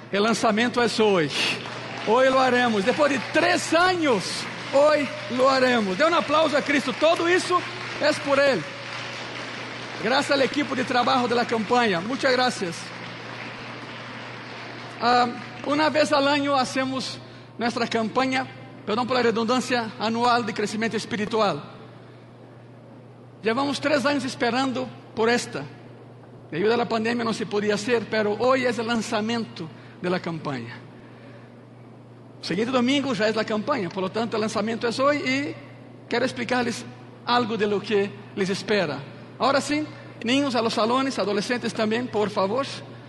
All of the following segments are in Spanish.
El lanzamiento es hoy. Hoy lo haremos. Después de 3 años, hoy lo haremos. Dê un aplauso a Cristo. Todo eso es por Él. Gracias al equipo de trabajo de la campaña. Muchas gracias. Una vez al año hacemos nuestra campaña, perdón por la redundancia, anual de crecimiento espiritual. Llevamos 3 años esperando por esta. Debido a la pandemia no se podía hacer, pero hoy es el lanzamiento de la campaña. Siguiente domingo ya es la campaña, por lo tanto el lanzamiento es hoy y quiero explicarles algo de lo que les espera. Ahora sí, niños a los salones, adolescentes también, por favor.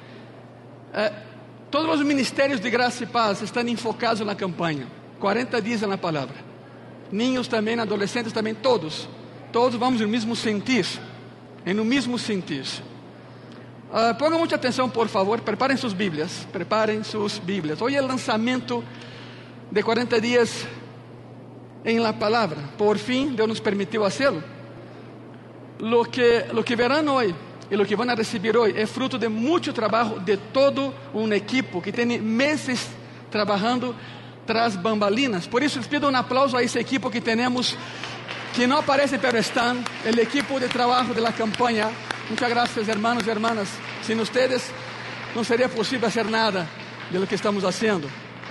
Todos los ministerios de gracia y paz están enfocados en la campaña. 40 días en la palabra. Niños también, adolescentes también, todos. Todos vamos en el mismo sentir. En el mismo sentir. Pongan mucha atención, por favor. Preparen sus Biblias. Hoy el lanzamiento de 40 días en la palabra. Por fin Dios nos permitió hacerlo. Lo que verán hoy y lo que van a recibir hoy es fruto de mucho trabajo de todo un equipo que tiene meses trabajando tras bambalinas. Por eso les pido un aplauso a ese equipo que tenemos, que no aparece pero están, el equipo de trabajo de la campaña. Muchas gracias, hermanos y hermanas. Sin ustedes no sería posible hacer nada de lo que estamos haciendo.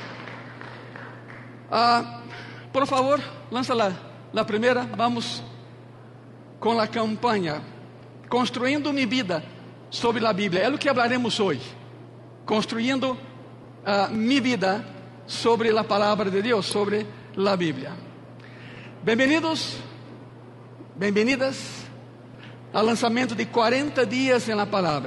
Por favor, lanza la primera. Vamos con la campaña Construyendo mi vida sobre la Biblia. Es lo que hablaremos hoy. Construyendo mi vida sobre la palabra de Dios, sobre la Biblia. Bienvenidos, bienvenidas al lanzamiento de 40 días en la palabra.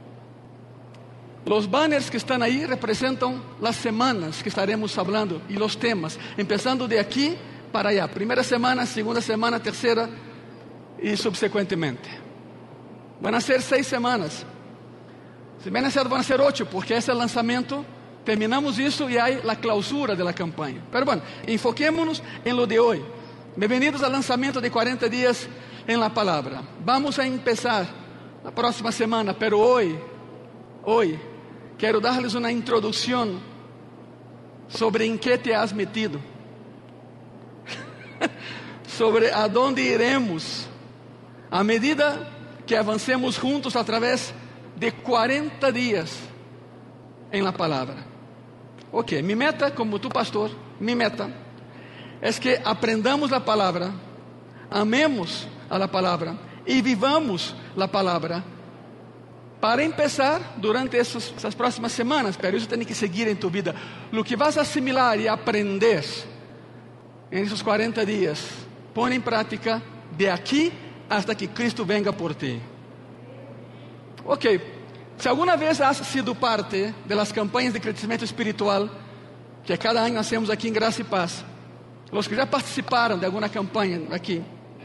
Los banners que están ahí representan las semanas que estaremos hablando y los temas, empezando de aquí para allá. Primera semana, segunda semana, tercera y subsecuentemente. Van a ser 6 semanas. Si bien es cierto, van a ser 8, porque es el lanzamiento. Terminamos eso y hay la clausura de la campaña. Pero bueno, enfoquémonos en lo de hoy. Bienvenidos al lanzamiento de 40 días en la palabra. Vamos a empezar la próxima semana, pero hoy quiero darles una introducción sobre en qué te has metido. Sobre a dónde iremos a medida que avancemos juntos a través de 40 días en la palabra. Ok, mi meta como tu pastor, mi meta es que aprendamos la palabra, amemos a la palabra y vivamos la palabra. Para empezar, durante esas próximas semanas, pero eso tiene que seguir en tu vida. Lo que vas a asimilar y aprender en esos 40 días, pon en práctica de aquí hasta que Cristo venga por ti. Ok, si alguna vez has sido parte de las campañas de crecimiento espiritual que cada año hacemos aquí en Gracia y Paz, los que ya participaron de alguna campaña aquí,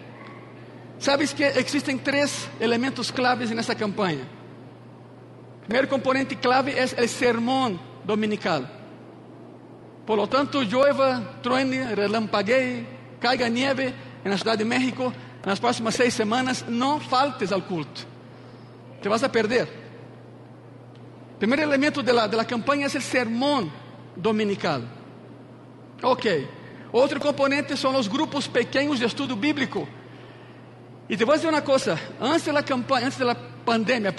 sabes que existen 3 elementos claves en esta campaña. El primer componente clave es el sermón dominical. Por lo tanto, llueva, truene, relampaguee, caiga nieve en la Ciudad de México, en las próximas 6 semanas, no faltes al culto. Te vas a perder. El primer elemento de la campaña es el sermón dominical. Ok. Otro componente son los grupos pequeños de estudio bíblico. Y te voy a decir una cosa. Antes de la pandemia,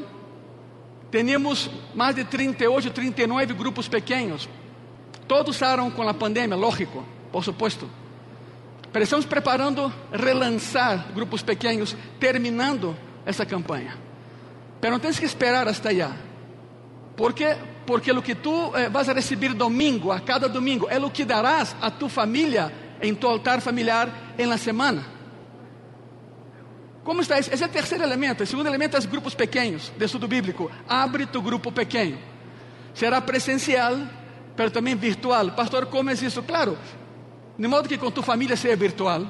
teníamos más de 38, 39 grupos pequeños. Todos usaron con la pandemia, lógico, por supuesto. Pero estamos preparando relanzar grupos pequeños, terminando essa campaña. Pero no tienes que esperar hasta allá. ¿Por qué? Porque lo que tú vas a recibir domingo, a cada domingo, es lo que darás a tu familia en tu altar familiar en la semana. ¿Cómo está? Ese es el tercer elemento. El segundo elemento es grupos pequeños de estudio bíblico. Abre tu grupo pequeño. Será presencial, pero también virtual. Pastor, ¿cómo es eso? Claro, de modo que con tu familia sea virtual.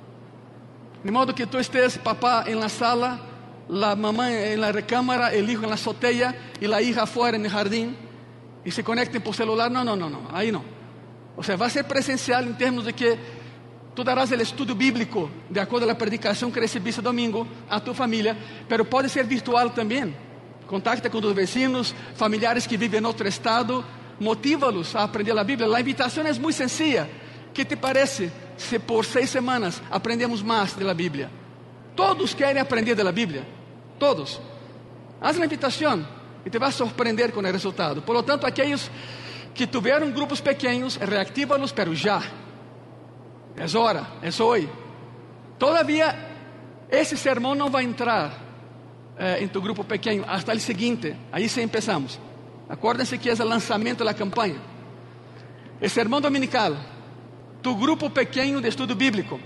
De modo que tú estés, papá en la sala, la mamá en la recámara, el hijo en la azotea y la hija afuera en el jardín y se conecten por celular. No, ahí no. O sea, va a ser presencial en términos de que tú darás el estudio bíblico de acuerdo a la predicación que recibiste domingo a tu familia, pero puede ser virtual también. Contacta com os vecinos, familiares que vivem em outro estado, motiva-los a aprender a Bíblia. A invitação é muito sencilla. ¿Qué te parece se por 6 semanas aprendemos más de la Biblia? Todos quieren aprender de la Biblia, todos. Haz la invitación y te vas a sorprender con el resultado. Por lo tanto, aquellos que tuvieron grupos pequeños, reactívalos, pero ya. Es hora, es hoy. Todavía ese sermón no va a entrar en tu grupo pequeño hasta el siguiente. Ahí sí empezamos. Acuérdense que es el lanzamiento de la campaña. El sermón dominical, tu grupo pequeño de estudo bíblico.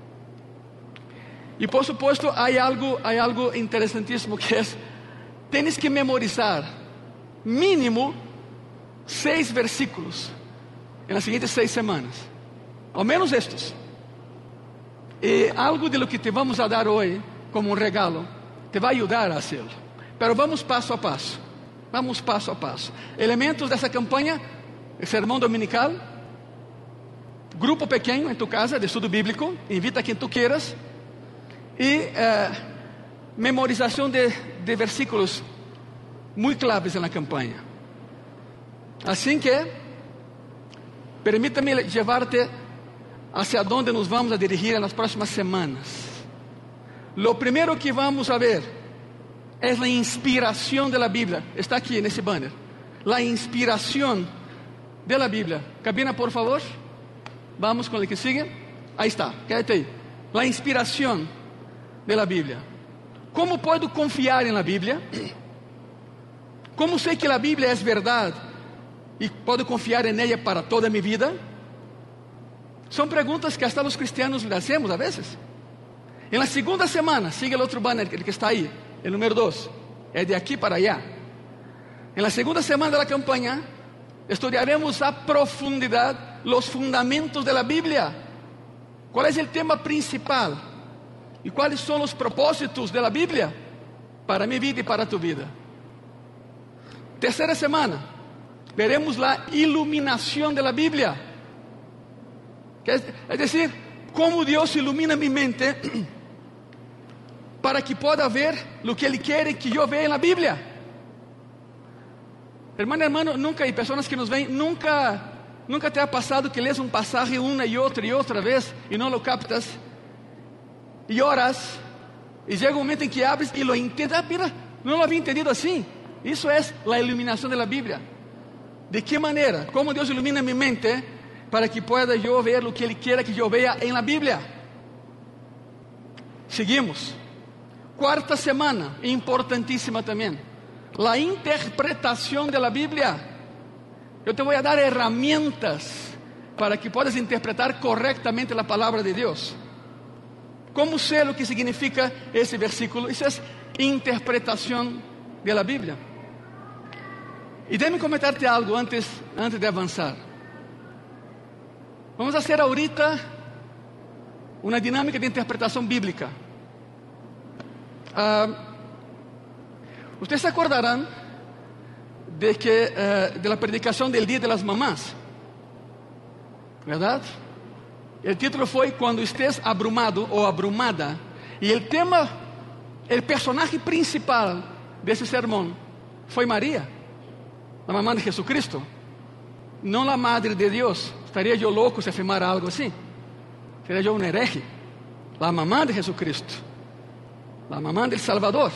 Y por supuesto hay algo interesantísimo que es, tienes que memorizar mínimo 6 versículos en las siguientes 6 semanas, al menos estos. Y algo de lo que te vamos a dar hoy como un regalo te va a ayudar a hacerlo. Pero vamos paso a paso. Vamos paso a paso. Elementos de esa campaña: el sermón dominical, grupo pequeño en tu casa de estudo bíblico, invita a quien tú quieras, y memorización de versículos muy claves en la campaña. Así que, permítame llevarte hacia donde nos vamos a dirigir en las próximas semanas. Lo primero que vamos a ver es la inspiración de la Biblia. Está aquí en ese banner. La inspiración de la Biblia. Cabina, por favor. Vamos con el que sigue. Ahí está, quédate ahí. La inspiración de la Biblia. ¿Cómo puedo confiar en la Biblia? ¿Cómo sé que la Biblia es verdad y puedo confiar en ella para toda mi vida? Son preguntas que hasta los cristianos le hacemos a veces. En la segunda semana, sigue el otro banner, el que está ahí, el número 2, es de aquí para allá. En la segunda semana de la campaña, estudiaremos a profundidad los fundamentos de la Biblia. ¿Cuál es el tema principal? ¿Y cuáles son los propósitos de la Biblia para mi vida y para tu vida? Tercera semana, veremos la iluminación de la Biblia. Es decir, cómo Dios ilumina mi mente para que pueda ver lo que Él quiere que yo vea en la Biblia. Hermano, nunca, y personas que nos ven, nunca te ha pasado que lees un pasaje una y otra vez y no lo captas, y oras, y llega un momento en que abres y lo intentas. Mira, no lo había entendido así. Eso es la iluminación de la Biblia. ¿De qué manera? ¿Cómo Dios ilumina mi mente para que pueda yo ver lo que Él quiera que yo vea en la Biblia? Seguimos. Cuarta semana, importantísima también, la interpretación de la Biblia. Yo te voy a dar herramientas para que puedas interpretar correctamente la palabra de Dios. ¿Cómo sé lo que significa ese versículo? Eso es interpretación de la Biblia. Y déjame comentarte algo antes de avanzar. Vamos a hacer ahorita una dinámica de interpretación bíblica. Ustedes se acordarán de la predicación del Día de las Mamás, ¿verdad? El título fue Cuando estés abrumado o abrumada. Y el tema, el personaje principal de ese sermón fue María, la mamá de Jesucristo, no la madre de Dios. Estaría yo loco si afirmara algo así. Sería yo un hereje. La mamá de Jesucristo, la mamá del Salvador.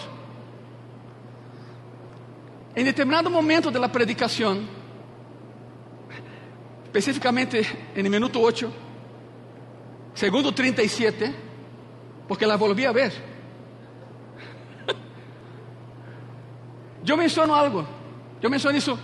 En determinado momento de la predicación, específicamente en el minuto 8, segundo 37, porque la volví a ver, yo menciono algo. Yo menciono eso.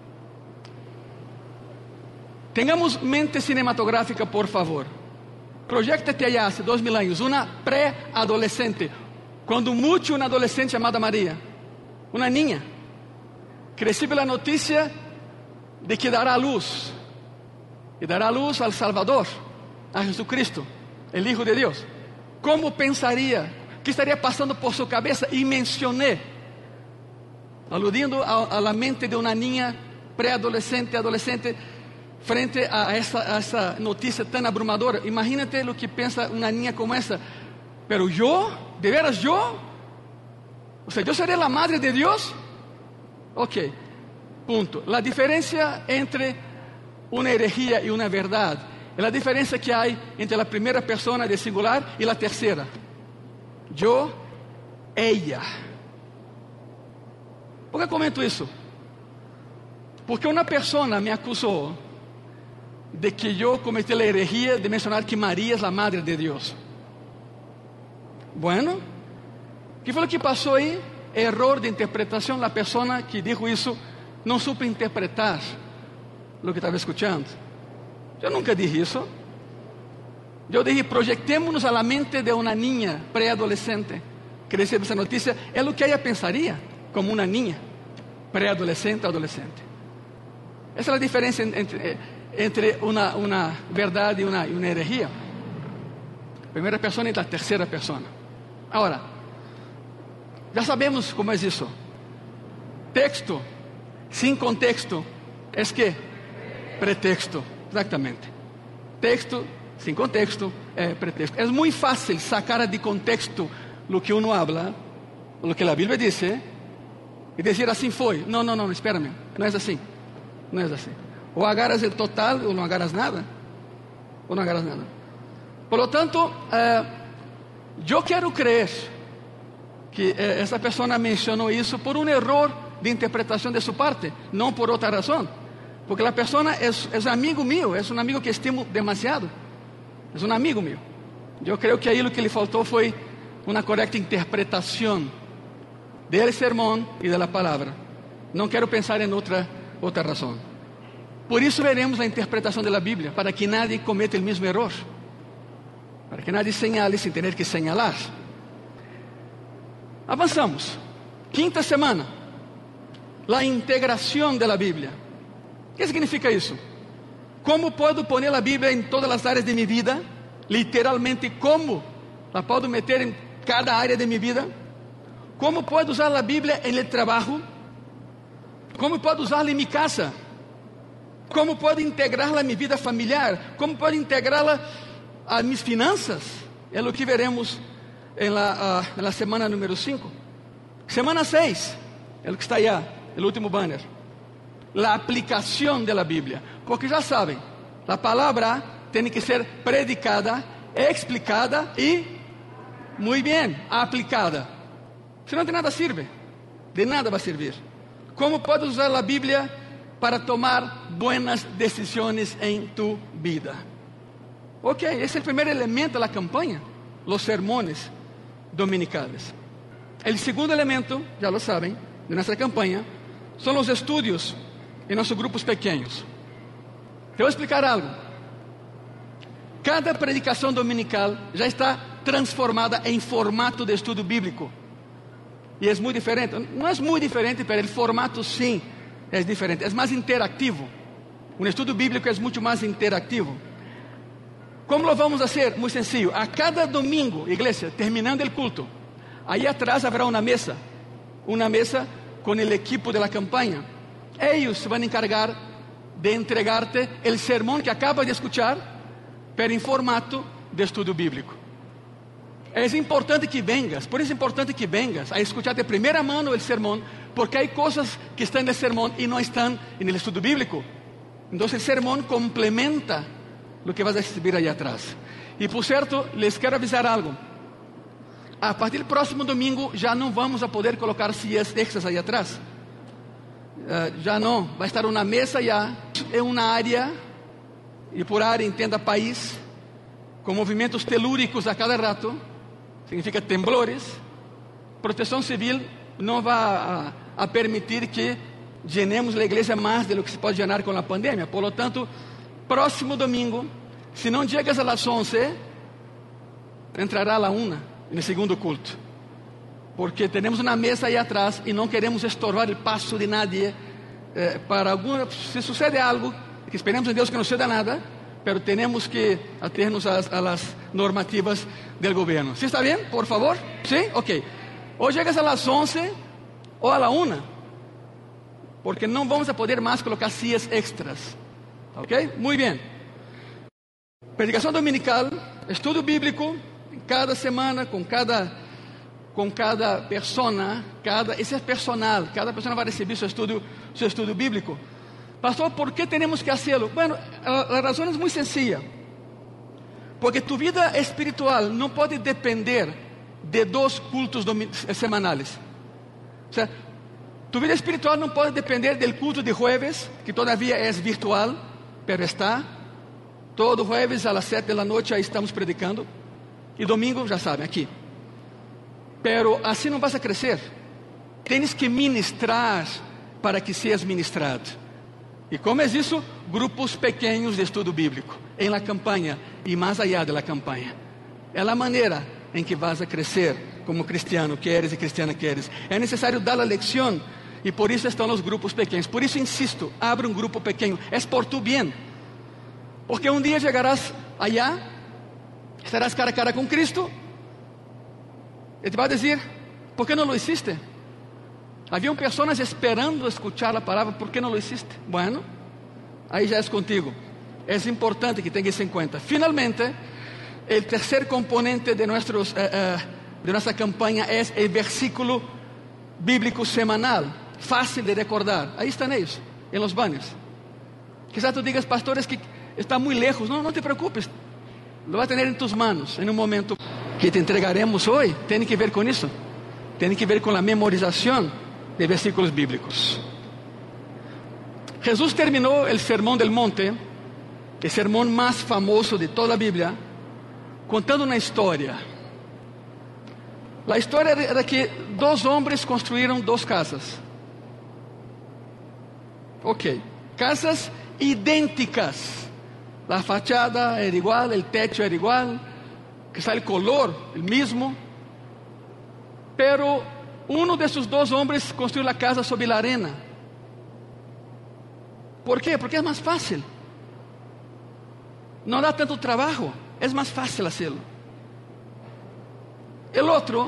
Tengamos mente cinematográfica, por favor. Proyéctate allá hace 2000 años, una pré-adolescente, cuando mucho una adolescente llamada María, una niña, que recibe la noticia de que dará a luz, y dará a luz al Salvador, a Jesucristo, el Hijo de Dios. ¿Cómo pensaría? ¿Qué estaría pasando por su cabeza? Y mencioné, aludiendo a la mente de una niña preadolescente, adolescente, frente a esa noticia tan abrumadora. Imagínate lo que piensa una niña como esa. Pero yo, ¿de veras yo? O sea, ¿yo seré la madre de Dios? Ok, punto. La diferencia entre una herejía y una verdad es la diferencia que hay entre la primera persona de singular y la tercera. Yo, ella. ¿Por qué comento eso? Porque una persona me acusó de que yo cometí la herejía de mencionar que María es la Madre de Dios. Bueno, ¿qué fue lo que pasó ahí? Error de interpretación. La persona que dijo eso no supo interpretar lo que estaba escuchando. Yo nunca dije eso. Yo dije, proyectémonos a la mente de una niña preadolescente que recibe esa noticia. Es lo que ella pensaría, como una niña preadolescente, adolescente. Esa es la diferencia entre una verdad y una herejía. Primera persona y la tercera persona. Ahora, ya sabemos cómo es eso. Texto sin contexto es que pretexto, exactamente. Texto sin contexto es pretexto. Es muy fácil sacar de contexto lo que uno habla, lo que la Biblia dice, y decir así fue. No, espérame, no es así. No es así. O agarras el total o no agarras nada. O no agarras nada. Por lo tanto, yo quiero creer que esa persona mencionó eso por un error de interpretación de su parte, no por otra razón. Porque la persona es un amigo mío, es un amigo que estimo demasiado. Es un amigo mío. Yo creo que ahí lo que le faltó fue una correcta interpretación del sermón y de la palabra. No quiero pensar en otra razón. Por eso veremos la interpretación de la Biblia, para que nadie cometa el mismo error. Para que nadie señale sin tener que señalar. Avanzamos. Quinta semana. La integración de la Biblia. ¿Qué significa eso? ¿Cómo puedo poner la Biblia en todas las áreas de mi vida? Literalmente, ¿cómo la puedo meter en cada área de mi vida? ¿Cómo puedo usar la Biblia en el trabajo? ¿Cómo puedo usarla en mi casa? ¿Cómo puedo integrarla a mi vida familiar? ¿Cómo puedo integrarla a mis finanzas? Es lo que veremos en la semana número 5. Semana 6, es lo que está allá, el último banner. La aplicación de la Biblia. Porque ya saben, la palabra tiene que ser predicada, explicada y, muy bien, aplicada. Si no, de nada sirve. De nada va a servir. ¿Cómo puedes usar la Biblia para tomar buenas decisiones en tu vida? Ok, ese es el primer elemento de la campaña, los sermones dominicales. El segundo elemento, ya lo saben, de nuestra campaña, son los estudios en nuestros grupos pequeños. Te voy a explicar algo. Cada predicación dominical ya está transformada en formato de estudio bíblico. Y es muy diferente. No es muy diferente, pero el formato sí es diferente. Es más interactivo. Un estudio bíblico es mucho más interactivo. ¿Cómo lo vamos a hacer? Muy sencillo. A cada domingo, iglesia, terminando el culto, ahí atrás habrá una mesa con el equipo de la campaña. Ellos se van a encargar de entregarte el sermón que acabas de escuchar, pero en formato de estudio bíblico. Es importante que vengas, por eso es importante que vengas a escuchar de primera mano el sermón, porque hay cosas que están en el sermón y no están en el estudio bíblico. Entonces el sermón complementa lo que vas a recibir allá atrás. Y por cierto, les quiero avisar algo. A partir del próximo domingo ya no vamos a poder colocar sillas extras allá atrás. Ya no, va a estar una mesa ya en una área, y por área entenda país, con movimientos telúricos a cada rato, significa temblores. Protección Civil no va a permitir que llenemos la iglesia más de lo que se puede llenar con la pandemia. Por lo tanto, próximo domingo, si no llegas a las 11, entrará a la 1 en el segundo culto. Porque tenemos una mesa ahí atrás y no queremos estorbar el paso de nadie. Si sucede algo, que esperemos en Dios que no suceda nada, pero tenemos que atenernos a las normativas del gobierno. ¿Sí está bien? Por favor. ¿Sí? Ok. O llegas a las 11 o a la 1, porque no vamos a poder más colocar sillas extras. ¿Ok? Muy bien. Predicación dominical, estudio bíblico, cada semana, con cada com cada persona, esse é personal, cada persona vai receber seu estudo bíblico. Pastor, ¿por qué tenemos que hacerlo? Bueno, la razón es muy sencilla. Porque tu vida espiritual no puede depender de 2 cultos semanales. O sea, tu vida espiritual no puede depender del culto de jueves, que todavía es virtual, pero está. Todo jueves a las 7 de la noche ahí estamos predicando. Y domingo, ya saben, aquí. Pero así no vas a crecer. Tienes que ministrar para que seas ministrado. E como é isso? Grupos pequenos de estudo bíblico, em la campanha e mais allá de la campanha. É a maneira em que vas a crescer como cristiano que eres e cristiana que eres. É necessário dar a leção e por isso estão os grupos pequenos. Por isso insisto, abre um grupo pequeno. É por tu bem. Porque um dia chegarás allá, estarás cara a cara com Cristo e te vai dizer, ¿por que não lo hiciste? Haviam pessoas esperando escuchar a palavra, ¿por que não lo hiciste? Bueno, aí já é contigo. É importante que tenha isso em conta. Finalmente, o terceiro componente de nossa campanha é o versículo bíblico semanal, fácil de recordar. Aí estão eles, em los banners. Quizás tu digas, pastores, que está muito lejos. Não te preocupes, lo vai ter em tus manos, em um momento que te entregaremos hoje. Tem que ver com isso, tem que ver com a memorização de versículos bíblicos. Jesús terminó el Sermón del Monte, el sermón más famoso de toda la Biblia, contando una historia. La historia era que 2 hombres construyeron 2 casas. Ok, casas idênticas. La fachada era igual, el techo era igual, quizá el color el mismo, pero uno de esos 2 hombres construyó la casa sobre la arena. ¿Por qué? Porque es más fácil. No da tanto trabajo, es más fácil hacerlo. El otro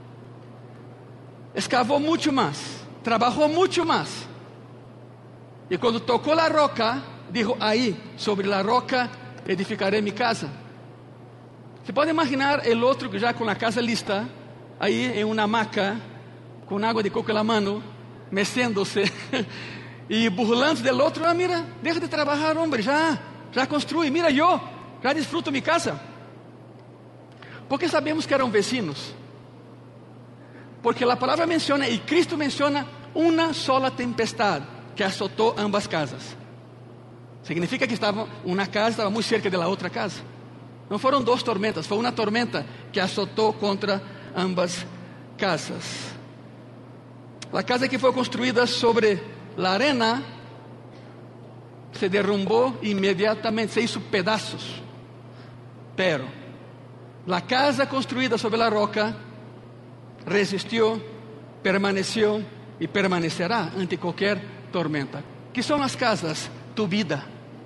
excavó mucho más, trabajó mucho más. Y cuando tocó la roca, dijo, ahí, sobre la roca, edificaré mi casa. Se puede imaginar el otro que ya con la casa lista, ahí en una hamaca, com água de coco na mão, mecendo-se e burlando del outro. Mira, deixa de trabalhar, homem, já construí, mira, eu já disfruto minha casa. Porque sabemos que eram vecinos. Porque a palavra menciona, e Cristo menciona, uma sola tempestade que azotou ambas casas. Significa que uma casa estava muito cerca da outra casa. Não foram 2 tormentas, foi uma tormenta que azotou contra ambas casas. A casa que foi construída sobre a arena se derrumbou imediatamente, se hizo pedaços. Pero a casa construída sobre a roca resistiu, permaneceu e permanecerá ante qualquer tormenta. Que são as casas? Tu vida.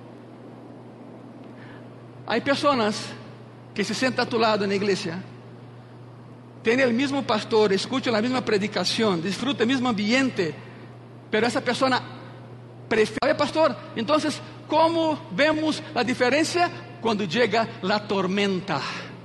Há pessoas que se sentam a tu lado na igreja, tem o mesmo pastor, escutam a mesma predicação, disfrutam o mesmo ambiente, pero essa pessoa prefere, pastor, então, como vemos a diferença? Quando chega a tormenta,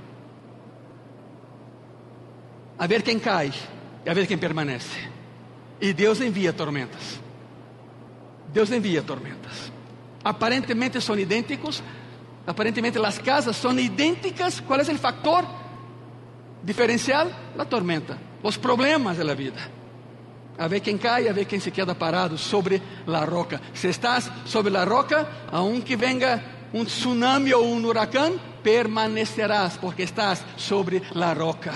a ver quem cai e a ver quem permanece. E Deus envia tormentas. Deus envia tormentas. Aparentemente são idênticos, aparentemente as casas são idênticas. Qual é o fator diferencial? A tormenta, os problemas da vida. A ver quem cai, a ver quem se queda parado sobre a roca. Se estás sobre a roca, aunque venga um tsunami ou um huracão, permanecerás, porque estás sobre a roca.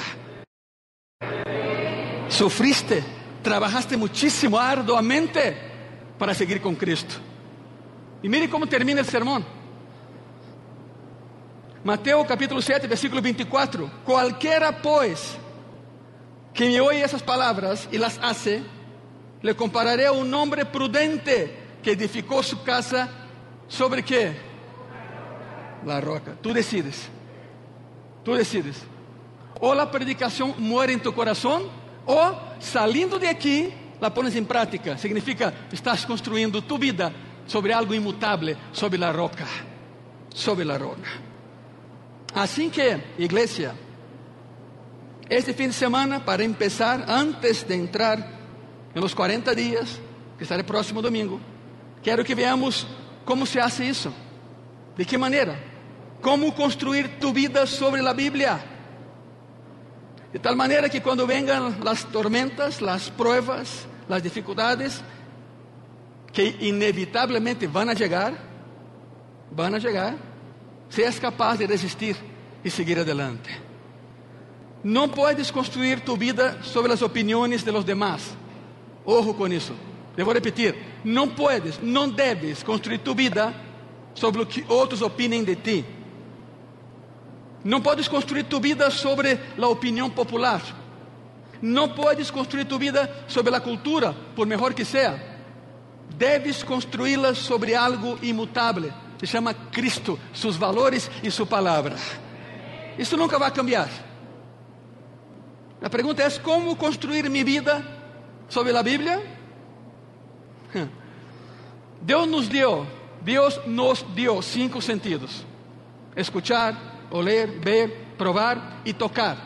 Sofriste, trabajaste muchísimo, arduamente, para seguir com Cristo. E mire como termina o sermão. Mateus capítulo 7, versículo 24. Cualquiera pues que me oye esas palabras y las hace, le compararé a un hombre prudente que edificó su casa sobre ¿qué? La roca. Tú decides. Tú decides. O la predicación muere en tu corazón, o saliendo de aquí, la pones en práctica. Significa, estás construyendo tu vida sobre algo inmutable, sobre la roca. Sobre la roca. Assim que, igreja, Este fin de semana, para empezar, antes de entrar en los 40 días, que estará el próximo domingo, quiero que veamos cómo se hace eso. ¿De qué manera? ¿Cómo construir tu vida sobre la Biblia? De tal manera que cuando vengan las tormentas, las pruebas, las dificultades, que inevitablemente van a llegar, seas capaz de resistir y seguir adelante. No puedes construir tu vida sobre las opiniones de los demás. Ojo con eso. Debo repetir, no puedes, no debes construir tu vida sobre lo que otros opinen de ti. No puedes construir tu vida sobre la opinión popular. No puedes construir tu vida sobre la cultura, por mejor que sea. Debes construirla sobre algo inmutable. Se llama Cristo, sus valores y su palabra. Isso nunca vai cambiar. A pergunta é: como construir minha vida sobre a Bíblia? Deus nos deu 5 sentidos: escuchar, oler, ver, provar e tocar.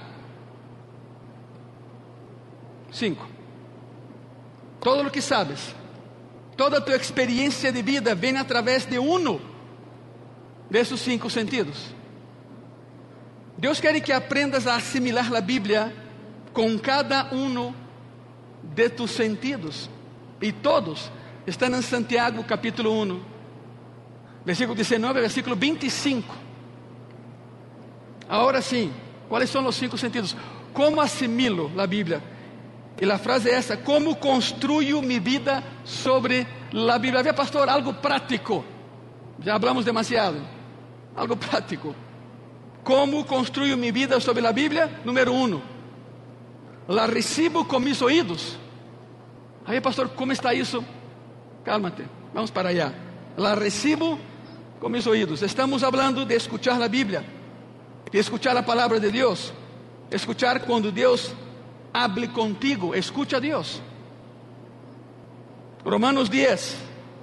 5. Todo o que sabes, toda tu experiência de vida vem através de desses 5 sentidos. Deus quer que aprendas a assimilar a Bíblia com cada de tus sentidos. E todos estão em Santiago capítulo 1, versículo 19, versículo 25. Agora sim, quais são os 5 sentidos? Como assimilo a Bíblia? E a frase é essa: como construyo minha vida sobre a Bíblia? Vê, pastor, algo prático. Já hablamos demasiado. Algo prático. Como construyo minha vida sobre a Bíblia? Número 1. La recibo com mis oídos. Aí, pastor, como está isso? Cálmate, vamos para allá. La recibo com mis oídos. Estamos hablando de escuchar a Bíblia, de escuchar a palavra de Deus, escuchar quando Deus hable contigo. Escucha a Deus. Romanos 10,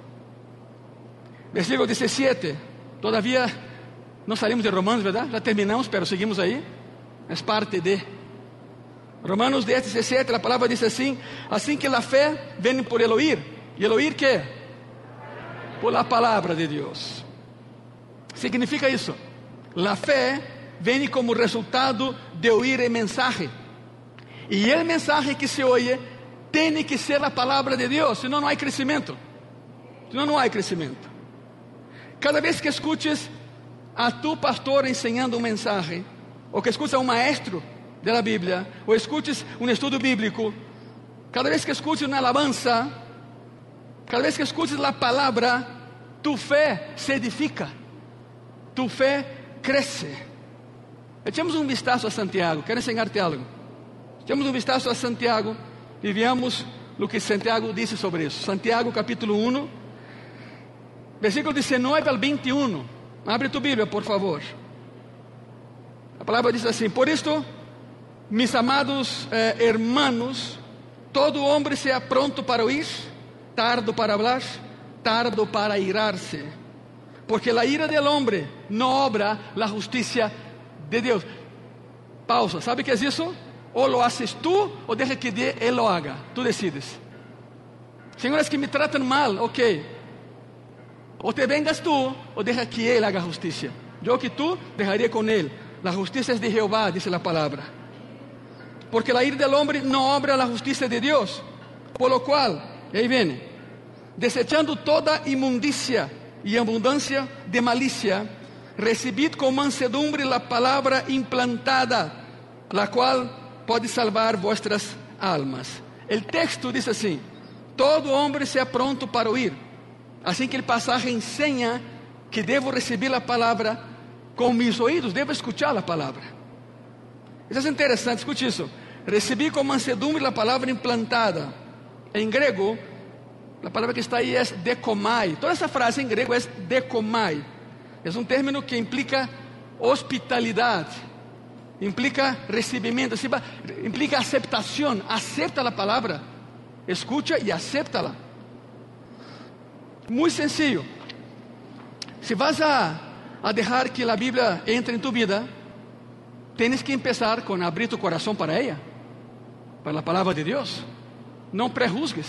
versículo 17. Todavía não saímos de Romanos, verdade? Já terminamos, pero seguimos aí. É parte de Romanos 10, 17. A palavra diz assim: assim que a fé vem por el oír. E el oír ¿qué? Por la palavra de Deus. Significa isso. A fé vem como resultado de oír el mensaje. E el mensaje que se oye tem que ser a palavra de Deus, senão não há crescimento. Senão não há crescimento. Cada vez que escuches a tu pastor ensinando um mensagem, ou que escuches a um maestro da Bíblia, ou escuches um estudo bíblico, cada vez que escuches uma alabanza, cada vez que escuches a palavra, tu fé se edifica, tu fé cresce. Echemos um vistazo a Santiago. Quero ensinar-te algo. Echemos um vistazo a Santiago e veamos o que Santiago disse sobre isso. Santiago capítulo 1, versículo 19 ao 21. Abre tu Bíblia, por favor. A palavra diz assim: por isto, mis amados hermanos, todo homem seja pronto para oír, tardo para hablar, tardo para irarse, porque a ira del hombre não obra a justiça de Deus. Pausa. ¿Sabe o que é isso? Ou lo haces tu, ou deixa que Ele lo haga. Tu decides. Senhores que me tratam mal, ok. Ou te vengas tu, ou deixa que Ele haga justiça. Eu que tu, deixaria com Ele. A justiça é de Jeová, diz a palavra. Porque a ira del hombre não obra a justiça de Deus. Por lo qual, aí vem, desechando toda imundícia e abundância de malícia, recebid com mansedumbre a palavra implantada, la qual pode salvar vuestras almas. O texto diz assim: todo homem seja pronto para oír. Assim que o passagem ensina que devo receber a palavra com mis ouvidos, devo escuchar a palavra. Isso é interessante, escute isso. Recebi com mansedumbre a palavra implantada. Em grego, a palavra que está aí é dekomai. Toda essa frase em grego é dekomai. É um término que implica hospitalidade, implica recebimento, implica aceptação. Acepta a palavra, escucha e acepta-la. Muito sencillo. Se vas a deixar que a Bíblia entre em tu vida, tienes que empezar con abrir tu corazón para ella, para la palabra de Dios. No prejuzgues.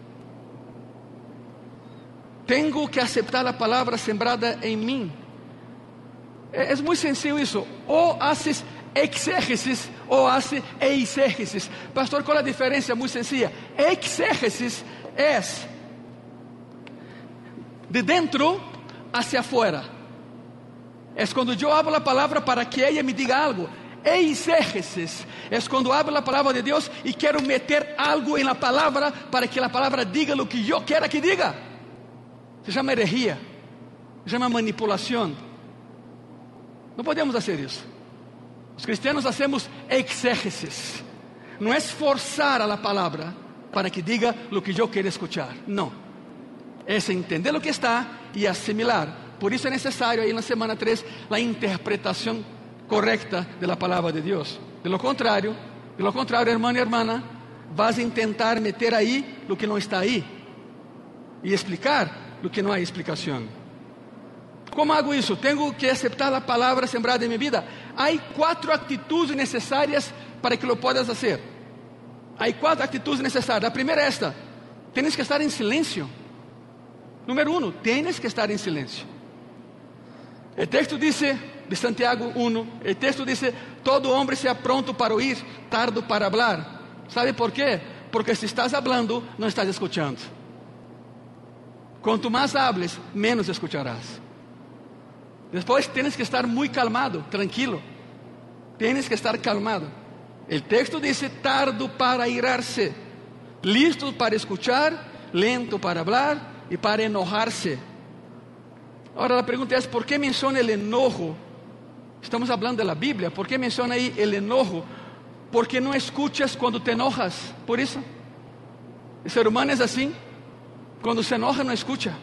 Tengo que aceptar la palabra sembrada en mí. Es muy sencillo eso. O haces exégesis o haces eisegesis. Pastor, ¿cuál es la diferencia? Muy sencilla. Exégesis es de dentro hacia afuera. Es cuando yo hablo la palabra para que ella me diga algo. Eisegesis es cuando hablo la palabra de Dios y quiero meter algo en la palabra para que la palabra diga lo que yo quiera que diga. Se llama herejía, se llama manipulación. No podemos hacer eso. Los cristianos hacemos exégesis. No es forzar a la palabra para que diga lo que yo quiero escuchar. No. Es entender lo que está y asimilar. Por eso es necesario ahí en la semana 3 la interpretación correcta de la palabra de Dios. De lo contrario, hermano y hermana, vas a intentar meter ahí lo que no está ahí y explicar lo que no hay explicación. ¿Cómo hago eso? Tengo que aceptar la palabra sembrada en mi vida. Hay 4 actitudes necesarias para que lo puedas hacer. Hay 4 actitudes necesarias. La primera es esta: tienes que estar en silencio. Número 1, tienes que estar en silencio. El texto dice, de Santiago 1, el texto dice: todo hombre sea pronto para oír, tardo para hablar. ¿Sabe por qué? Porque si estás hablando, no estás escuchando. Cuanto más hables, menos escucharás. Después tienes que estar muy calmado, tranquilo. Tienes que estar calmado. El texto dice: tardo para irarse, listo para escuchar, lento para hablar y para enojarse. Ahora la pregunta es: ¿por qué menciona el enojo? Estamos hablando de la Biblia. ¿Por qué menciona ahí el enojo? Porque no escuchas cuando te enojas. Por eso el ser humano es así. Cuando se enoja no escucha.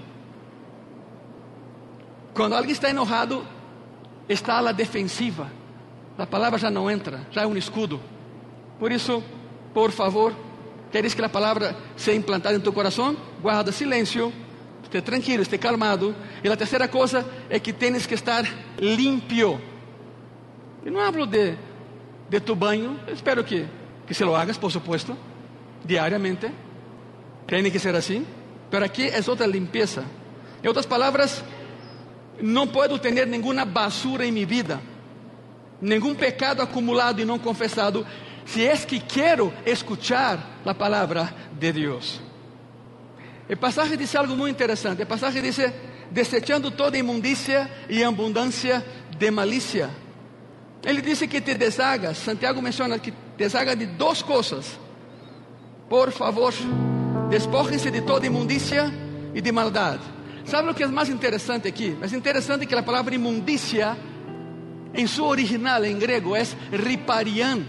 Cuando alguien está enojado, está a la defensiva. La palabra ya no entra, ya es un escudo. Por eso, por favor, ¿quieres que la palabra sea implantada en tu corazón? Guarda silencio, esté tranquilo, esté calmado. Y la tercera cosa es que tienes que estar limpio. Y no hablo de tu baño. Espero que se lo hagas, por supuesto, diariamente. Tiene que ser así. Pero aquí es otra limpieza. En otras palabras, no puedo tener ninguna basura en mi vida, ningún pecado acumulado y no confesado, si es que quiero escuchar la palabra de Dios. El pasaje dice algo muy interesante. El pasaje dice: desechando toda inmundicia y abundancia de malicia. Él dice que te deshagas. Santiago menciona que te deshagas de 2 cosas. Por favor, despójense de toda inmundicia y de maldad. ¿Sabe lo que es más interesante aquí? Es interesante que la palabra inmundicia en su original en griego es riparian.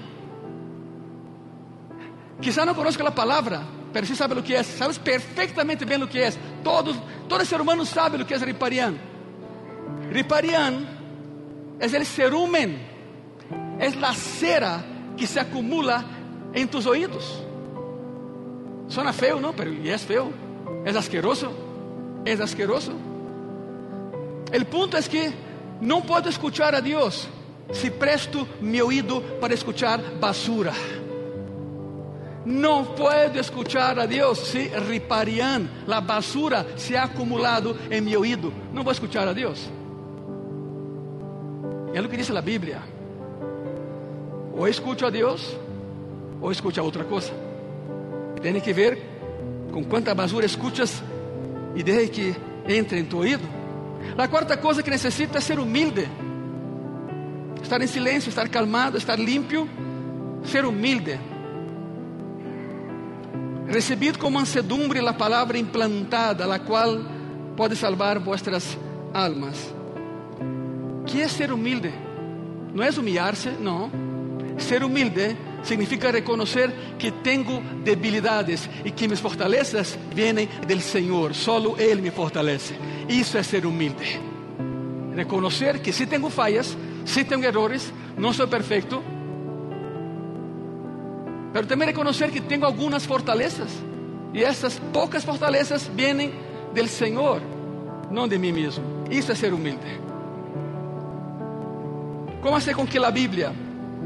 Quizá no conozca la palabra, pero sí sabe lo que es. Sabes perfectamente bien lo que es. Todo ser humano sabe lo que es riparian. Riparian es el cerumen, es la cera que se acumula en tus oídos. Suena feo, ¿no? Pero es feo, es asqueroso. Es asqueroso. El punto es que no puedo escuchar a Dios si presto mi oído para escuchar basura. No puedo escuchar a Dios si riparian, la basura se ha acumulado en mi oído. No voy a escuchar a Dios. Es lo que dice la Biblia. O escucho a Dios o escucho a otra cosa. Tiene que ver con cuánta basura escuchas y deje que entre en tu oído. La cuarta cosa que necesita es ser humilde. Estar en silencio, estar calmado, estar limpio. Ser humilde. Recibid con mansedumbre la palabra implantada, la cual puede salvar vuestras almas. ¿Qué es ser humilde? No es humillarse, no. Ser humilde significa reconocer que tengo debilidades y que mis fortalezas vienen del Señor. Solo Él me fortalece. Eso es ser humilde. Reconocer que sí tengo fallas, sí tengo errores, no soy perfecto, pero también reconocer que tengo algunas fortalezas. Y esas pocas fortalezas vienen del Señor, no de mí mismo. Eso es ser humilde. ¿Cómo hacer con que la Biblia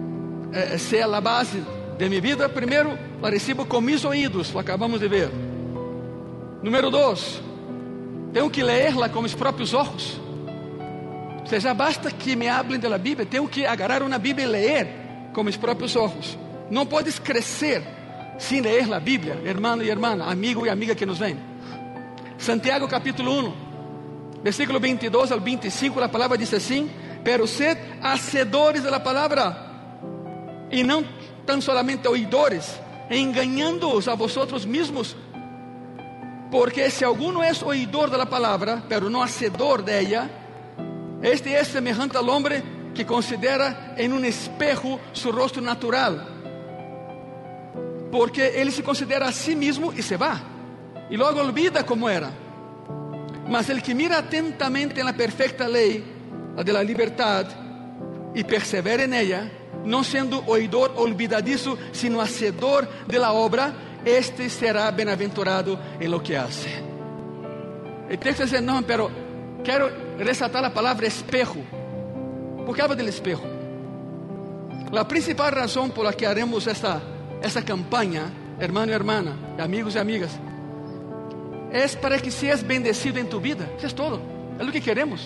sea la base de mi vida, primero la recibo con mis oídos, lo acabamos de ver. Número 2, tengo que leerla con mis propios ojos. O sea, ya basta que me hablen de la Biblia, tengo que agarrar una Biblia y leer con mis propios ojos. No puedes crecer sin leer la Biblia, hermano y hermana, amigo y amiga que nos ven. Santiago capítulo 1, versículo 22 al 25, la palabra dice así: pero sed hacedores de la palabra, y no tan solamente oidores, engañándoos a vosotros mismos. Porque si alguno es oidor de la palabra, pero no hacedor de ella, este es semejante al hombre que considera en un espejo su rostro natural. Porque él se considera a sí mismo y se va, y luego olvida cómo era. Mas el que mira atentamente en la perfecta ley, la de la libertad, y persevera en ella, no siendo oidor olvidadizo, sino hacedor de la obra, este será bienaventurado en lo que hace. El texto dice, no, pero quiero resaltar la palabra espejo. ¿Por qué habla del espejo? La principal razón por la que haremos esta campaña, hermano y hermana, amigos y amigas, es para que seas bendecido en tu vida. Eso es todo, es lo que queremos.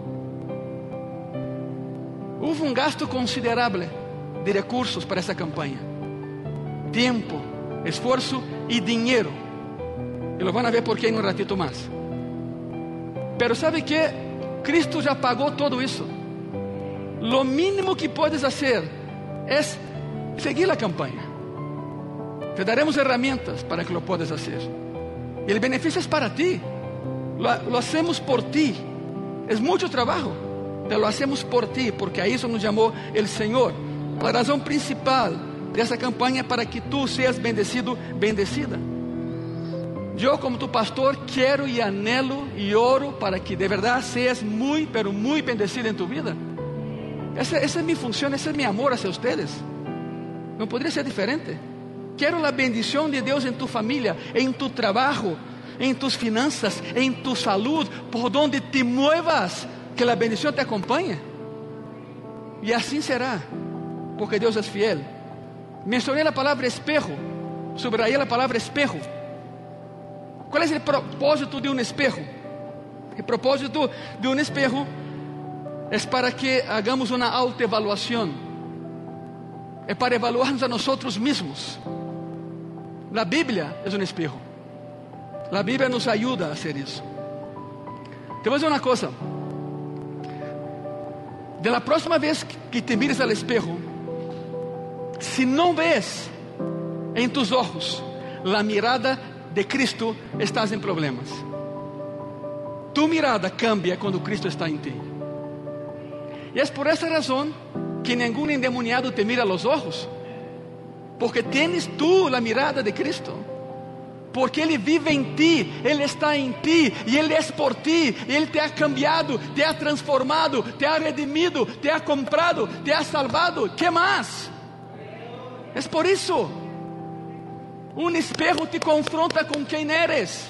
Hubo un gasto considerable de recursos para esa campaña, tiempo, esfuerzo y dinero, y lo van a ver por qué en un ratito más. Pero ¿sabe qué? Cristo ya pagó todo eso. Lo mínimo que puedes hacer es seguir la campaña. Te daremos herramientas para que lo puedas hacer, y el beneficio es para ti. Lo hacemos por ti. Es mucho trabajo, pero lo hacemos por ti, porque a eso nos llamó el Señor. La razón principal de esa campaña es para que tú seas bendecido, bendecida. Yo, como tu pastor, quiero y anhelo y oro para que de verdad seas muy, pero muy bendecida en tu vida. Esa es mi función, ese es mi amor hacia ustedes. No podría ser diferente. Quiero la bendición de Dios en tu familia, en tu trabajo, en tus finanzas, en tu salud, por donde te muevas, que la bendición te acompañe. Y así será, porque Dios es fiel. Mencioné la palabra espejo, subrayé la palabra espejo. ¿Cuál es el propósito de un espejo? El propósito de un espejo es para que hagamos una autoevaluación. Es para evaluarnos a nosotros mismos. La Biblia es un espejo. La Biblia nos ayuda a hacer eso. Te voy a decir una cosa. De la próxima vez que te mires al espejo, si no ves en tus ojos la mirada de Cristo, estás en problemas. Tu mirada cambia cuando Cristo está en ti. Y es por esa razón que ningún endemoniado te mira a los ojos, porque tienes tú la mirada de Cristo, porque Él vive en ti, Él está en ti, y Él es por ti. Él te ha cambiado, te ha transformado, te ha redimido, te ha comprado, te ha salvado. ¿Qué más? Es por eso. Un espejo te confronta con quién eres.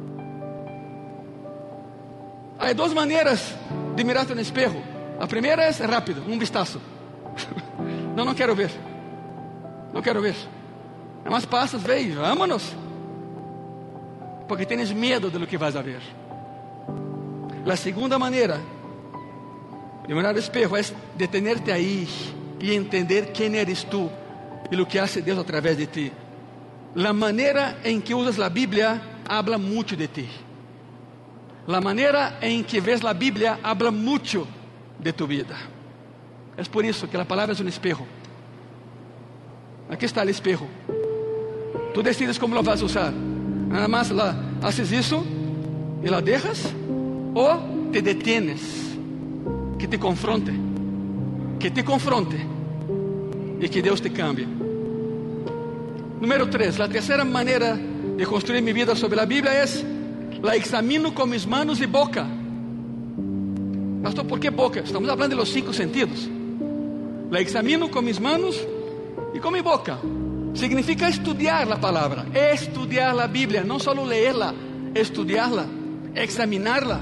Hay dos maneras de mirarte en un espejo. La primera es rápido, un vistazo. No quiero ver. No quiero ver. Además pasas, ve y vámonos. Porque tienes miedo de lo que vas a ver. La segunda manera de mirar al espejo es detenerte ahí y entender quién eres tú y lo que hace Dios a través de ti. La manera en que usas la Biblia habla mucho de ti. La manera en que ves la Biblia habla mucho de tu vida. Es por eso que la palabra es un espejo. Aquí está el espejo. Tú decides cómo lo vas a usar. Nada más haces eso y la dejas, o te detienes, que te confronte y que Dios te cambie. Número 3, la tercera manera de construir mi vida sobre la Biblia es: la examino con mis manos y boca. Pastor, ¿por qué boca? Estamos hablando de los 5 sentidos. La examino con mis manos y con mi boca. Significa estudiar la palabra, estudiar la Biblia, no solo leerla, estudiarla, examinarla.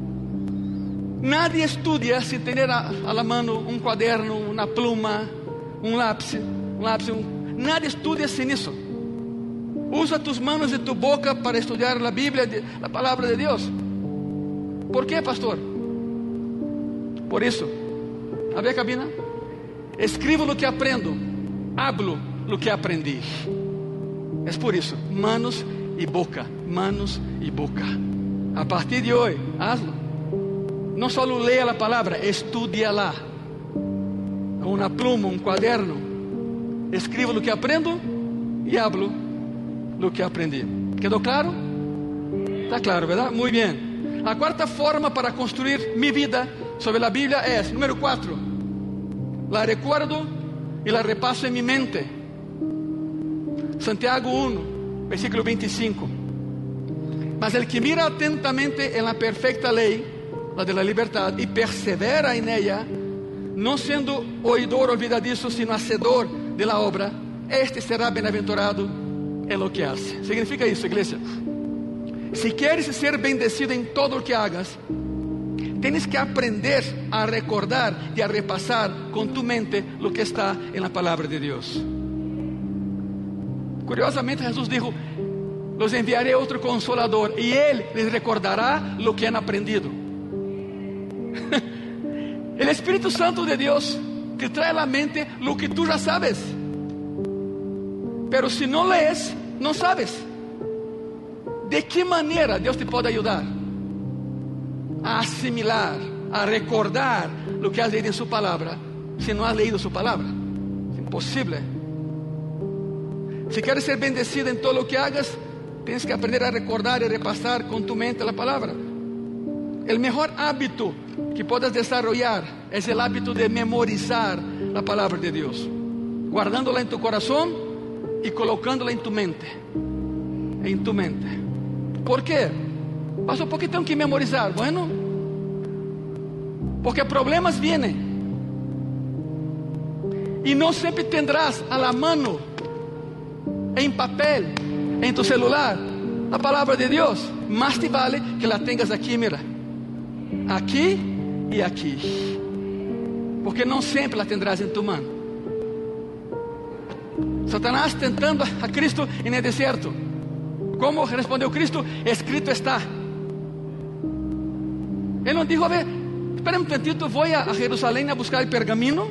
Nadie estudia sin tener a la mano un cuaderno, una pluma, un lápiz. Nada estudia sin eso. Usa tus manos y tu boca para estudiar la Biblia, la palabra de Dios. ¿Por qué, pastor? Por eso. A ver, cabina. Escribo lo que aprendo. Hablo lo que aprendí. Es por eso. Manos y boca. Manos y boca. A partir de hoy, hazlo. No solo lea la palabra, estúdiala. Con una pluma, un cuaderno. Escribo lo que aprendo y hablo lo que aprendí. ¿Quedó claro? Está claro, ¿verdad? Muy bien. La cuarta forma para construir mi vida sobre la Biblia es, número 4, la recuerdo y la repaso en mi mente. Santiago 1, versículo 25. Mas el que mira atentamente en la perfecta ley, la de la libertad, y persevera en ella, no siendo oidor olvidadizo, sino hacedor de la obra, este será bienaventurado en lo que hace. Significa eso, iglesia. Si quieres ser bendecido en todo lo que hagas, tienes que aprender a recordar y a repasar con tu mente lo que está en la palabra de Dios. Curiosamente, Jesús dijo: los enviaré otro consolador y Él les recordará lo que han aprendido. El Espíritu Santo de Dios te trae a la mente lo que tú ya sabes. Pero si no lees, no sabes. ¿De qué manera Dios te puede ayudar a asimilar, a recordar lo que has leído en su palabra si no has leído su palabra? Es imposible. Si quieres ser bendecido en todo lo que hagas, tienes que aprender a recordar y repasar con tu mente la palabra. El mejor hábito que puedas desarrollar es el hábito de memorizar la palabra de Dios, guardándola en tu corazón y colocándola en tu mente. En tu mente. ¿Por qué? Pastor, ¿por qué tengo que memorizar? Bueno, porque problemas vienen y no siempre tendrás a la mano, en papel, en tu celular, la palabra de Dios. Más te vale que la tengas aquí, mira, aquí y aquí, porque no siempre la tendrás en tu mano. Satanás tentando a Cristo en el desierto. ¿Cómo respondió Cristo? Escrito está. Él no dijo: a ver, espera un momentito, voy a Jerusalén a buscar el pergamino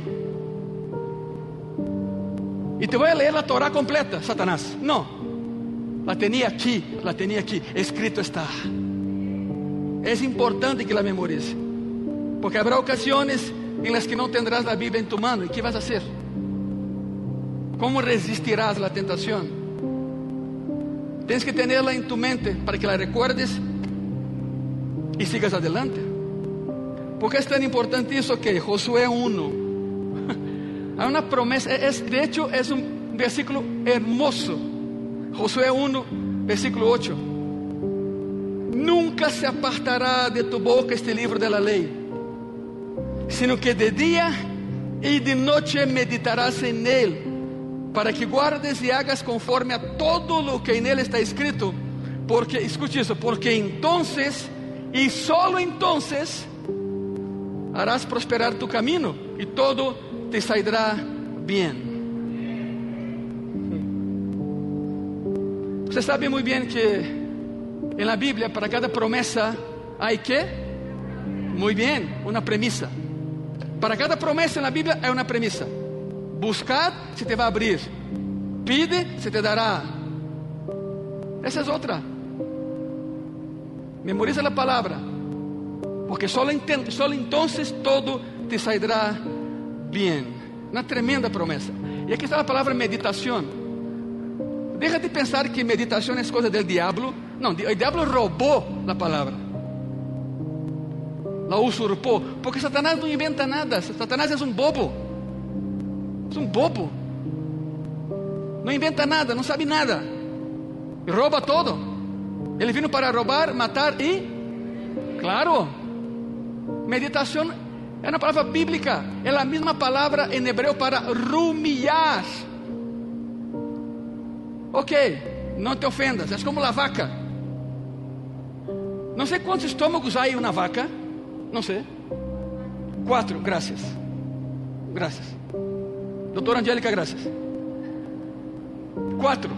y te voy a leer la Torah completa, Satanás. No, la tenía aquí, escrito está. Es importante que la memorice, porque habrá ocasiones en las que no tendrás la Biblia en tu mano. ¿Y qué vas a hacer? ¿Cómo resistirás la tentación? Tienes que tenerla en tu mente para que la recuerdes y sigas adelante. ¿Por qué es tan importante eso? Que Josué 1, hay una promesa, de hecho es un versículo hermoso. Josué 1, versículo 8. Nunca se apartará de tu boca este libro de la ley, sino que de día y de noche meditarás en él, para que guardes y hagas conforme a todo lo que en él está escrito. Porque, escuche eso, porque entonces, y solo entonces, harás prosperar tu camino y todo te saldrá bien. Usted sabe muy bien que en la Biblia, para cada promesa hay que, muy bien, una premisa. Para cada promesa en la Biblia hay una premisa. Buscad, se te va a abrir. Pide, se te dará. Esa es otra. Memoriza la palabra, porque solo entonces todo te saldrá bien. Una tremenda promesa. Y aquí está la palabra meditación. Deja de pensar que meditación es cosa del diablo. No, el diablo robó la palabra, la usurpó, porque Satanás no inventa nada. Satanás es un bobo. Es un bobo. No inventa nada, no sabe nada. Roba todo. Él vino para robar, matar y... Claro. Meditación es una palabra bíblica. Es la misma palabra en hebreo para rumiar. Ok, no te ofendas. Es como la vaca. No sé cuántos estómagos hay en una vaca. No sé. 4, gracias. Gracias. Doctora Angélica, gracias. 4.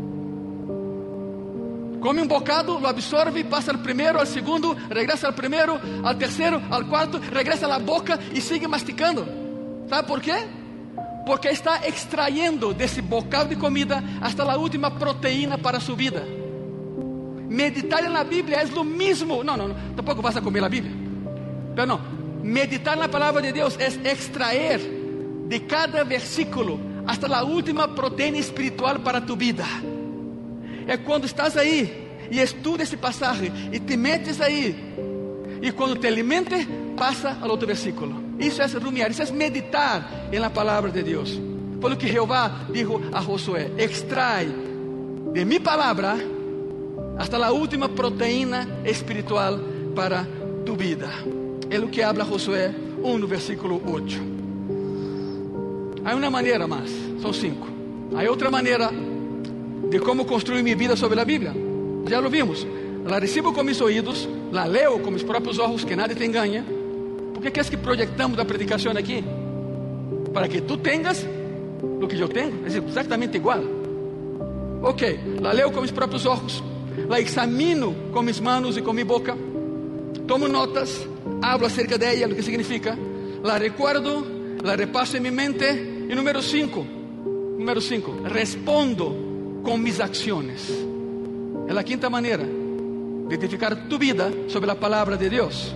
Come un bocado, lo absorbe, pasa al primero, al segundo, regresa al primero, al tercero, al cuarto, regresa a la boca y sigue masticando. ¿Sabe por qué? Porque está extrayendo de ese bocado de comida hasta la última proteína para su vida. Meditar en la Biblia es lo mismo. No, tampoco vas a comer la Biblia. Pero no, meditar en la palabra de Dios es extraer de cada versículo hasta la última proteína espiritual para tu vida. Es cuando estás ahí y estudias ese pasaje y te metes ahí, y cuando te alimentes pasa al otro versículo. Eso es rumiar, eso es meditar en la palabra de Dios. Por lo que Jehová dijo a Josué: extrae de mi palabra hasta la última proteína espiritual para tu vida. Es lo que habla Josué 1, versículo 8. Hay una manera más, son 5. Hay otra manera de cómo construir mi vida sobre la Biblia. Ya lo vimos. La recibo con mis oídos, la leo con mis propios ojos, que nadie te engaña. ¿Por qué crees que proyectamos la predicación aquí? Para que tú tengas lo que yo tengo, es exactamente igual. Ok, la leo con mis propios ojos, la examino con mis manos y con mi boca, tomo notas, hablo acerca de ella, lo que significa, la recuerdo, la repaso en mi mente. Y número 5, respondo con mis acciones. Es la quinta manera de edificar tu vida sobre la palabra de Dios.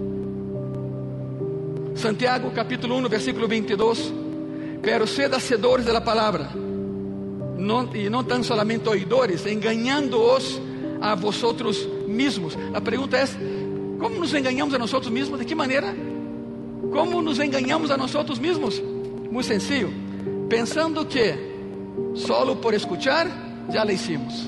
Santiago capítulo 1, versículo 22. Pero sed hacedores de la palabra, y no tan solamente oidores, engañándoos a vosotros mismos. La pregunta es: ¿cómo nos engañamos a nosotros mismos? ¿De qué manera? ¿Cómo nos engañamos a nosotros mismos? Muy sencillo, pensando que solo por escuchar ya la hicimos.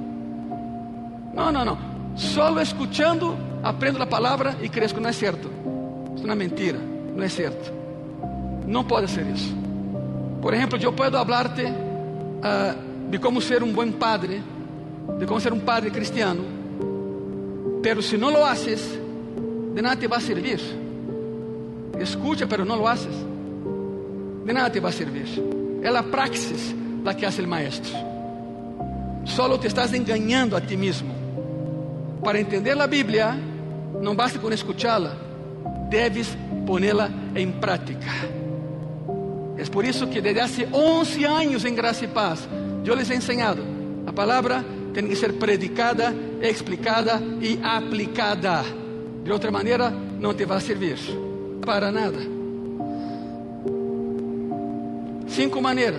No. Solo escuchando aprendo la palabra y crezco. No es cierto. Es una mentira. No es cierto. No puede ser eso. Por ejemplo, yo puedo hablarte de cómo ser un buen padre, de cómo ser un padre cristiano, pero si no lo haces, de nada te va a servir. Escucha, pero no lo haces, de nada te va a servir. Es la praxis la que hace el maestro. Solo te estás engañando a ti mismo. Para entender la Biblia, no basta con escucharla, debes ponerla en práctica. Es por eso que desde hace 11 años en Gracia y Paz yo les he enseñado: la palabra tiene que ser predicada, explicada y aplicada. De otra manera no te va a servir para nada. 5 maneras.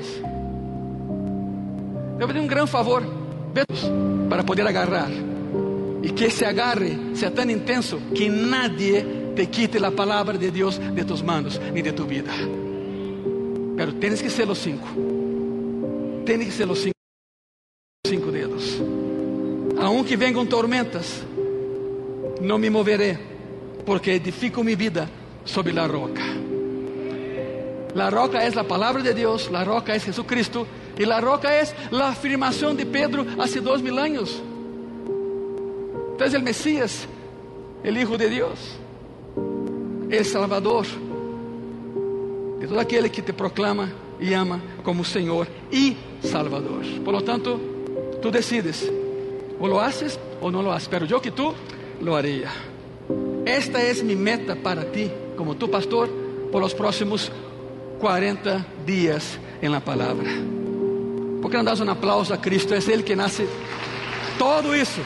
Debo pedir un gran favor para poder agarrar, y que ese agarre sea tan intenso que nadie te quite la palabra de Dios de tus manos ni de tu vida. Pero tienes que ser los 5. Tienes que ser los 5 dedos. Aunque vengan tormentas, no me moveré, porque edifico mi vida sobre la roca. La roca es la palabra de Dios, la roca es Jesucristo, y la roca es la afirmación de Pedro hace 2000 años. Entonces el Mesías, el Hijo de Dios, el Salvador de todo aquel que te proclama y ama como Señor y Salvador. Por lo tanto, tú decides, o lo haces o no lo haces, pero yo que tú lo haría. Esta es mi meta para ti, como tu pastor, por los próximos 40 días en la palabra. ¿Por qué no das un aplauso a Cristo? Es Él quien hace todo eso.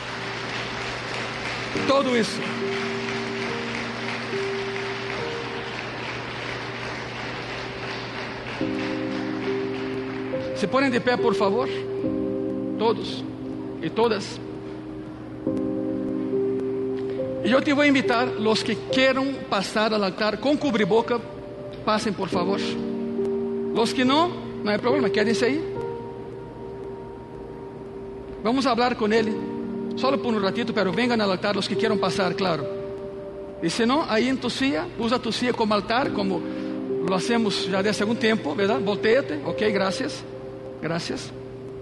Todo eso. Se ponen de pie, por favor, todos y todas. Y yo te voy a invitar, los que quieran pasar al altar con cubreboca, pasen por favor. Los que no hay problema, quédense ahí. Vamos a hablar con Él, solo por un ratito, pero vengan al altar los que quieran pasar, claro. Y si no, ahí en tu silla, usa tu silla como altar, como lo hacemos ya desde algún tiempo, ¿verdad? Voltéate, ok, gracias. Gracias.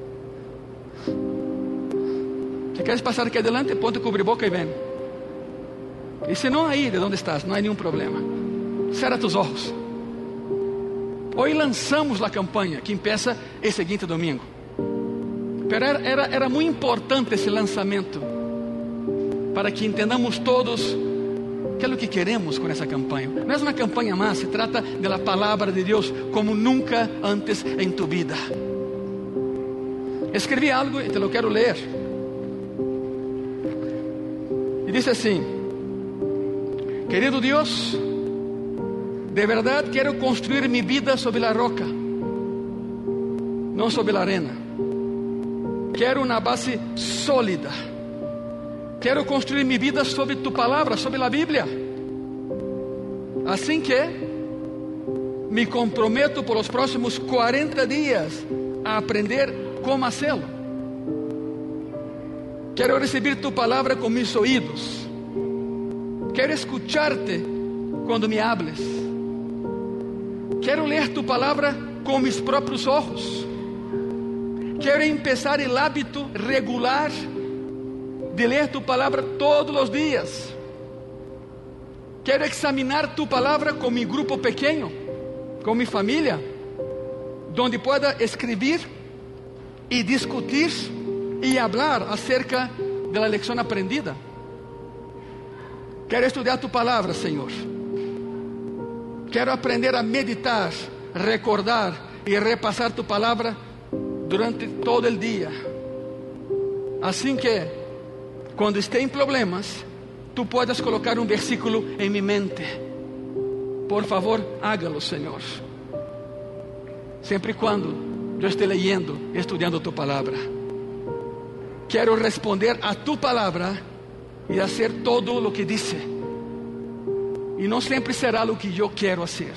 Si quieres pasar aquí adelante, ponte cubreboca y ven. Y si no, ahí de donde estás, no hay ningún problema. Cierra tus ojos. Hoy lanzamos la campaña que empieza el siguiente domingo. Pero era muy importante ese lanzamiento para que entendamos todos qué es lo que queremos con esa campaña. No es una campaña más, se trata de la palabra de Dios como nunca antes en tu vida. Escribí algo y te lo quiero leer. Y dice así: querido Dios, de verdad quiero construir mi vida sobre la roca, no sobre la arena. Quiero una base sólida. Quiero construir mi vida sobre tu palabra, sobre la Biblia. Así que me comprometo por los próximos 40 días a aprender cómo hacerlo. Quiero recibir tu palabra con mis oídos. Quiero escucharte cuando me hables. Quiero leer tu palabra con mis propios ojos. Quiero empezar el hábito regular de leer tu palabra todos los días. Quiero examinar tu palabra con mi grupo pequeño, con mi familia, donde pueda escribir y discutir y hablar acerca de la lección aprendida. Quiero estudiar tu palabra, Señor. Quiero aprender a meditar, recordar y repasar tu palabra durante todo el día. Así que cuando esté en problemas, tú puedas colocar un versículo en mi mente. Por favor, hágalo, Señor. Siempre y cuando yo esté leyendo y estudiando tu palabra. Quiero responder a tu palabra y hacer todo lo que dice. Y no siempre será lo que yo quiero hacer.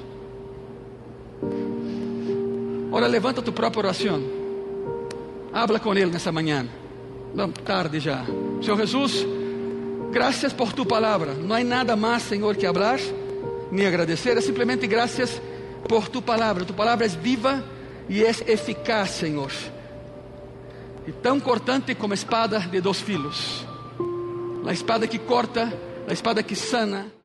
Ahora levanta tu propia oración. Habla con Él esta mañana. No, tarde ya. Señor Jesús, gracias por tu palabra. No hay nada más, Señor, que hablar ni agradecer. Es simplemente gracias por tu palabra. Tu palabra es viva y es eficaz, Señor. Y tan cortante como espada de dos filos. La espada que corta, la espada que sana.